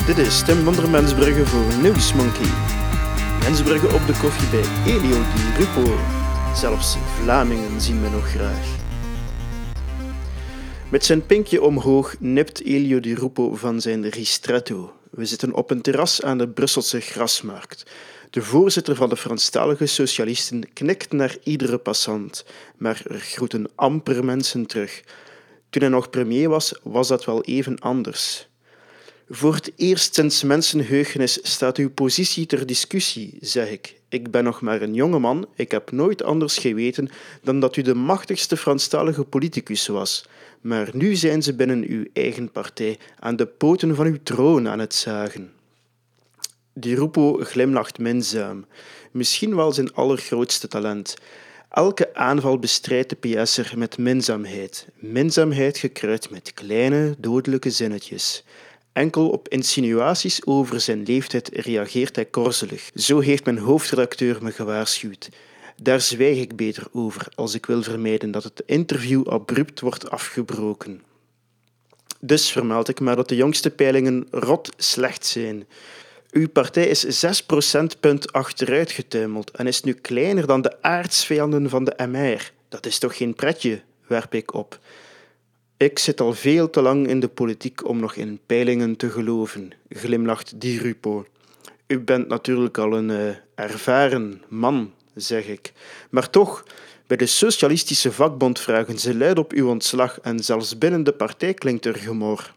Dit is Tim van der Mensbrugge voor Nieuwsmonkey. Mensbrugge op de koffie bij Elio Di Rupo. Zelfs Vlamingen zien me nog graag. Met zijn pinkje omhoog nipt Elio Di Rupo van zijn ristretto. We zitten op een terras aan de Brusselse Grasmarkt. De voorzitter van de Franstalige Socialisten knikt naar iedere passant, maar er groeten amper mensen terug. Toen hij nog premier was, was dat wel even anders. Voor het eerst sinds mensenheugenis staat uw positie ter discussie, zeg ik. Ik ben nog maar een jonge man, ik heb nooit anders geweten dan dat u de machtigste Franstalige politicus was. Maar nu zijn ze binnen uw eigen partij aan de poten van uw troon aan het zagen. Di Rupo glimlacht minzaam. Misschien wel zijn allergrootste talent. Elke aanval bestrijdt de PS'er met minzaamheid. Minzaamheid gekruid met kleine, dodelijke zinnetjes. Enkel op insinuaties over zijn leeftijd reageert hij korzelig. Zo heeft mijn hoofdredacteur me gewaarschuwd. Daar zwijg ik beter over, als ik wil vermijden dat het interview abrupt wordt afgebroken. Dus vermeld ik maar dat de jongste peilingen rot slecht zijn. Uw partij is 6 procentpunt achteruit getuimeld en is nu kleiner dan de aardsvijanden van de MR. Dat is toch geen pretje, werp ik op. Ik zit al veel te lang in de politiek om nog in peilingen te geloven, glimlacht Di Rupo. U bent natuurlijk al een ervaren man, zeg ik. Maar toch, bij de Socialistische Vakbond vragen ze luid op uw ontslag en zelfs binnen de partij klinkt er gemor.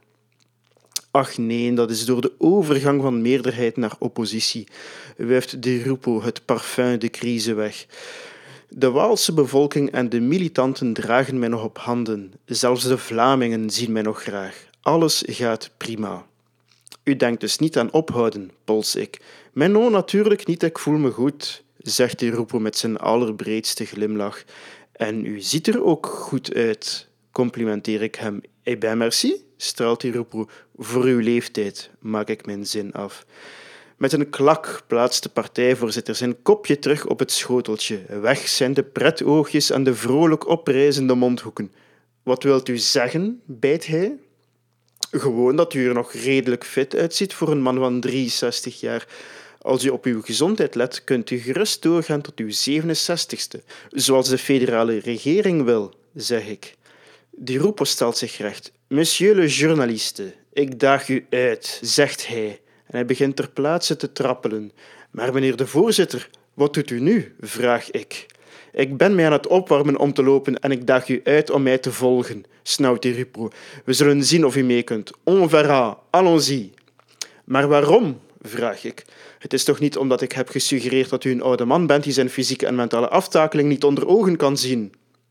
Ach nee, dat is door de overgang van meerderheid naar oppositie, wuift Di Rupo het parfum de crisis weg. De Waalse bevolking en de militanten dragen mij nog op handen. Zelfs de Vlamingen zien mij nog graag. Alles gaat prima. U denkt dus niet aan ophouden, pols ik. Maar non, natuurlijk niet, ik voel me goed, zegt Di Rupo met zijn allerbreedste glimlach. En u ziet er ook goed uit, complimenteer ik hem. Eh bien, merci, straalt Di Rupo. Voor uw leeftijd, maak ik mijn zin af. Met een klak plaatst de partijvoorzitter zijn kopje terug op het schoteltje. Weg zijn de pretoogjes en de vrolijk oprijzende mondhoeken. Wat wilt u zeggen, bijt hij? Gewoon dat u er nog redelijk fit uitziet voor een man van 63 jaar. Als u op uw gezondheid let, kunt u gerust doorgaan tot uw 67ste, zoals de federale regering wil, zeg ik. Di Rupo stelt zich recht. Monsieur le journaliste, ik daag u uit, zegt hij. En hij begint ter plaatse te trappelen. Maar meneer de voorzitter, wat doet u nu? Vraag ik. Ik ben mij aan het opwarmen om te lopen en ik daag u uit om mij te volgen, snauwt Di Rupo. We zullen zien of u mee kunt. On verra, allons-y. Maar waarom? Vraag ik. Het is toch niet omdat ik heb gesuggereerd dat u een oude man bent die zijn fysieke en mentale aftakeling niet onder ogen kan zien?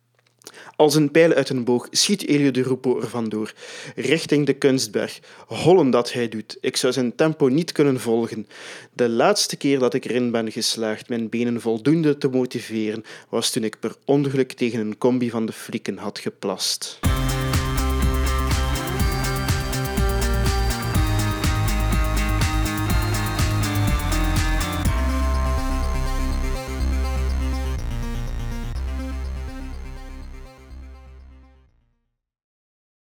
Als een pijl uit een boog schiet Elio Di Rupo er vandoor, richting de Kunstberg. Hollen dat hij doet. Ik zou zijn tempo niet kunnen volgen. De laatste keer dat ik erin ben geslaagd mijn benen voldoende te motiveren, was toen ik per ongeluk tegen een combi van de flikken had geplast.